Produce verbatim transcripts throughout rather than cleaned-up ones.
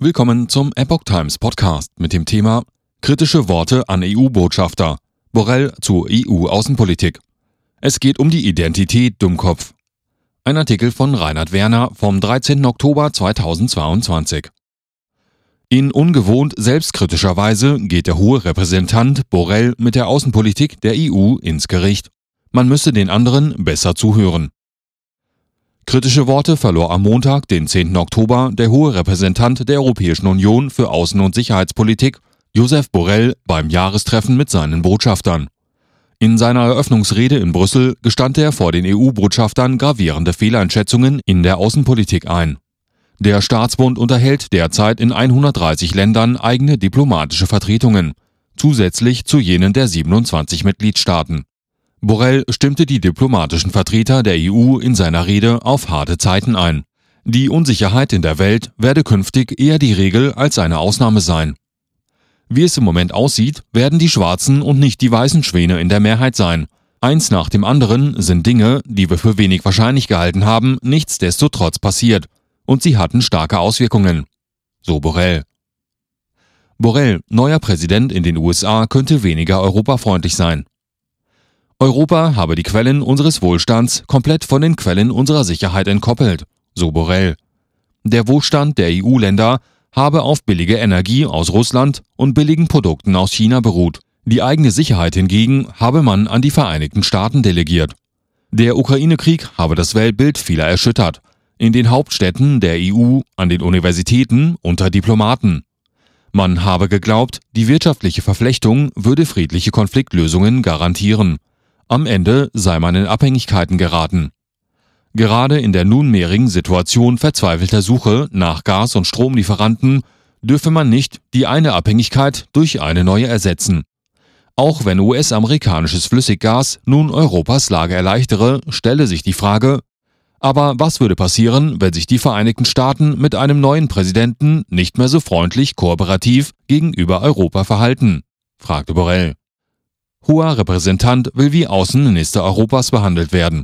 Willkommen zum Epoch Times Podcast mit dem Thema Kritische Worte an E U-Botschafter. Borrell zur E U-Außenpolitik. Es geht um die Identität, Dummkopf. Ein Artikel von Reinhard Werner vom dreizehnten Oktober zweitausendzweiundzwanzig. In ungewohnt selbstkritischer Weise geht der hohe Repräsentant Borrell mit der Außenpolitik der E U ins Gericht. Man müsse den anderen besser zuhören. Kritische Worte verlor am Montag, den zehnten Oktober, der hohe Repräsentant der Europäischen Union für Außen- und Sicherheitspolitik, Josep Borrell, beim Jahrestreffen mit seinen Botschaftern. In seiner Eröffnungsrede in Brüssel gestand er vor den E U-Botschaftern gravierende Fehleinschätzungen in der Außenpolitik ein. Der Staatsbund unterhält derzeit in hundertdreißig Ländern eigene diplomatische Vertretungen, zusätzlich zu jenen der siebenundzwanzig Mitgliedstaaten. Borrell stimmte die diplomatischen Vertreter der E U in seiner Rede auf harte Zeiten ein. Die Unsicherheit in der Welt werde künftig eher die Regel als eine Ausnahme sein. Wie es im Moment aussieht, werden die schwarzen und nicht die weißen Schwäne in der Mehrheit sein. Eins nach dem anderen sind Dinge, die wir für wenig wahrscheinlich gehalten haben, nichtsdestotrotz passiert. Und sie hatten starke Auswirkungen. So Borrell. Borrell, neuer Präsident in den U S A, könnte weniger europafreundlich sein. Europa habe die Quellen unseres Wohlstands komplett von den Quellen unserer Sicherheit entkoppelt, so Borrell. Der Wohlstand der E U-Länder habe auf billige Energie aus Russland und billigen Produkten aus China beruht. Die eigene Sicherheit hingegen habe man an die Vereinigten Staaten delegiert. Der Ukraine-Krieg habe das Weltbild vieler erschüttert. In den Hauptstädten der E U, an den Universitäten, unter Diplomaten. Man habe geglaubt, die wirtschaftliche Verflechtung würde friedliche Konfliktlösungen garantieren. Am Ende sei man in Abhängigkeiten geraten. Gerade in der nunmehrigen Situation verzweifelter Suche nach Gas- und Stromlieferanten dürfe man nicht die eine Abhängigkeit durch eine neue ersetzen. Auch wenn U S-amerikanisches Flüssiggas nun Europas Lage erleichtere, stelle sich die Frage, aber was würde passieren, wenn sich die Vereinigten Staaten mit einem neuen Präsidenten nicht mehr so freundlich kooperativ gegenüber Europa verhalten? Fragte Borrell. Hoher Repräsentant will wie Außenminister Europas behandelt werden.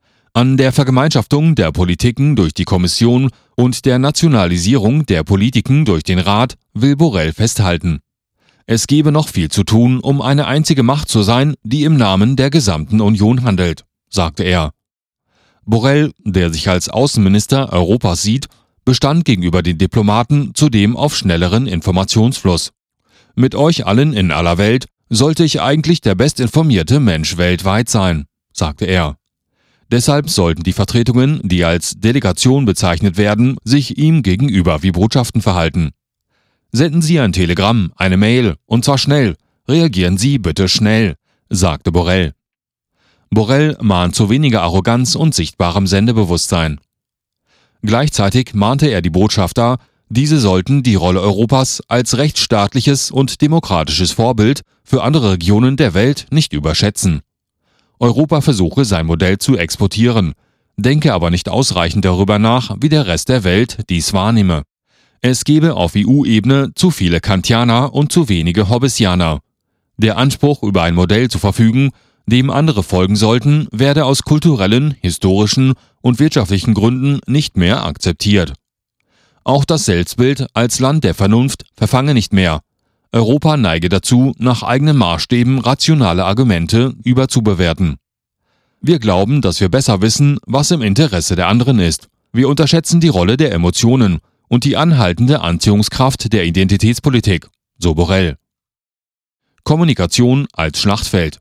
An der Vergemeinschaftung der Politiken durch die Kommission und der Nationalisierung der Politiken durch den Rat will Borrell festhalten. Es gebe noch viel zu tun, um eine einzige Macht zu sein, die im Namen der gesamten Union handelt, sagte er. Borrell, der sich als Außenminister Europas sieht, bestand gegenüber den Diplomaten zudem auf schnelleren Informationsfluss. Mit euch allen in aller Welt sollte ich eigentlich der bestinformierte Mensch weltweit sein, sagte er. Deshalb sollten die Vertretungen, die als Delegation bezeichnet werden, sich ihm gegenüber wie Botschaften verhalten. Senden Sie ein Telegramm, eine Mail, und zwar schnell. Reagieren Sie bitte schnell, sagte Borrell. Borrell mahnt zu weniger Arroganz und sichtbarem Sendebewusstsein. Gleichzeitig mahnte er die Botschafter, diese sollten die Rolle Europas als rechtsstaatliches und demokratisches Vorbild für andere Regionen der Welt nicht überschätzen. Europa versuche sein Modell zu exportieren, denke aber nicht ausreichend darüber nach, wie der Rest der Welt dies wahrnehme. Es gebe auf E U-Ebene zu viele Kantianer und zu wenige Hobbesianer. Der Anspruch, über ein Modell zu verfügen, dem andere folgen sollten, werde aus kulturellen, historischen und wirtschaftlichen Gründen nicht mehr akzeptiert. Auch das Selbstbild als Land der Vernunft verfange nicht mehr. Europa neige dazu, nach eigenen Maßstäben rationale Argumente überzubewerten. Wir glauben, dass wir besser wissen, was im Interesse der anderen ist. Wir unterschätzen die Rolle der Emotionen und die anhaltende Anziehungskraft der Identitätspolitik, so Borrell. Kommunikation als Schlachtfeld.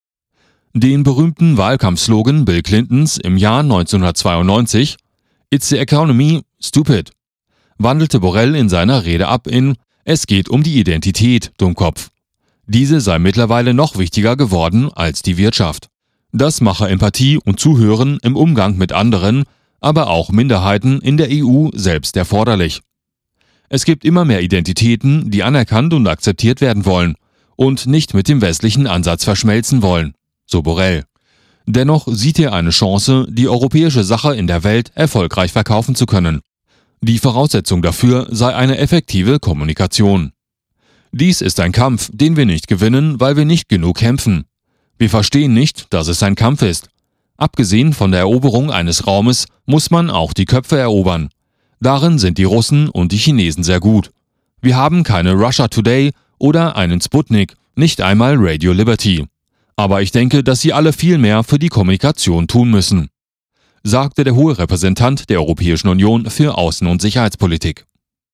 Den berühmten Wahlkampfslogan Bill Clintons im Jahr neunzehnhundertzweiundneunzig, "It's the economy, stupid", wandelte Borrell in seiner Rede ab in "Es geht um die Identität, Dummkopf". Diese sei mittlerweile noch wichtiger geworden als die Wirtschaft. Das mache Empathie und Zuhören im Umgang mit anderen, aber auch Minderheiten in der E U selbst erforderlich. Es gibt immer mehr Identitäten, die anerkannt und akzeptiert werden wollen und nicht mit dem westlichen Ansatz verschmelzen wollen, so Borrell. Dennoch sieht er eine Chance, die europäische Sache in der Welt erfolgreich verkaufen zu können. Die Voraussetzung dafür sei eine effektive Kommunikation. Dies ist ein Kampf, den wir nicht gewinnen, weil wir nicht genug kämpfen. Wir verstehen nicht, dass es ein Kampf ist. Abgesehen von der Eroberung eines Raumes muss man auch die Köpfe erobern. Darin sind die Russen und die Chinesen sehr gut. Wir haben keine Russia Today oder einen Sputnik, nicht einmal Radio Liberty. Aber ich denke, dass sie alle viel mehr für die Kommunikation tun müssen, sagte der hohe Repräsentant der Europäischen Union für Außen- und Sicherheitspolitik.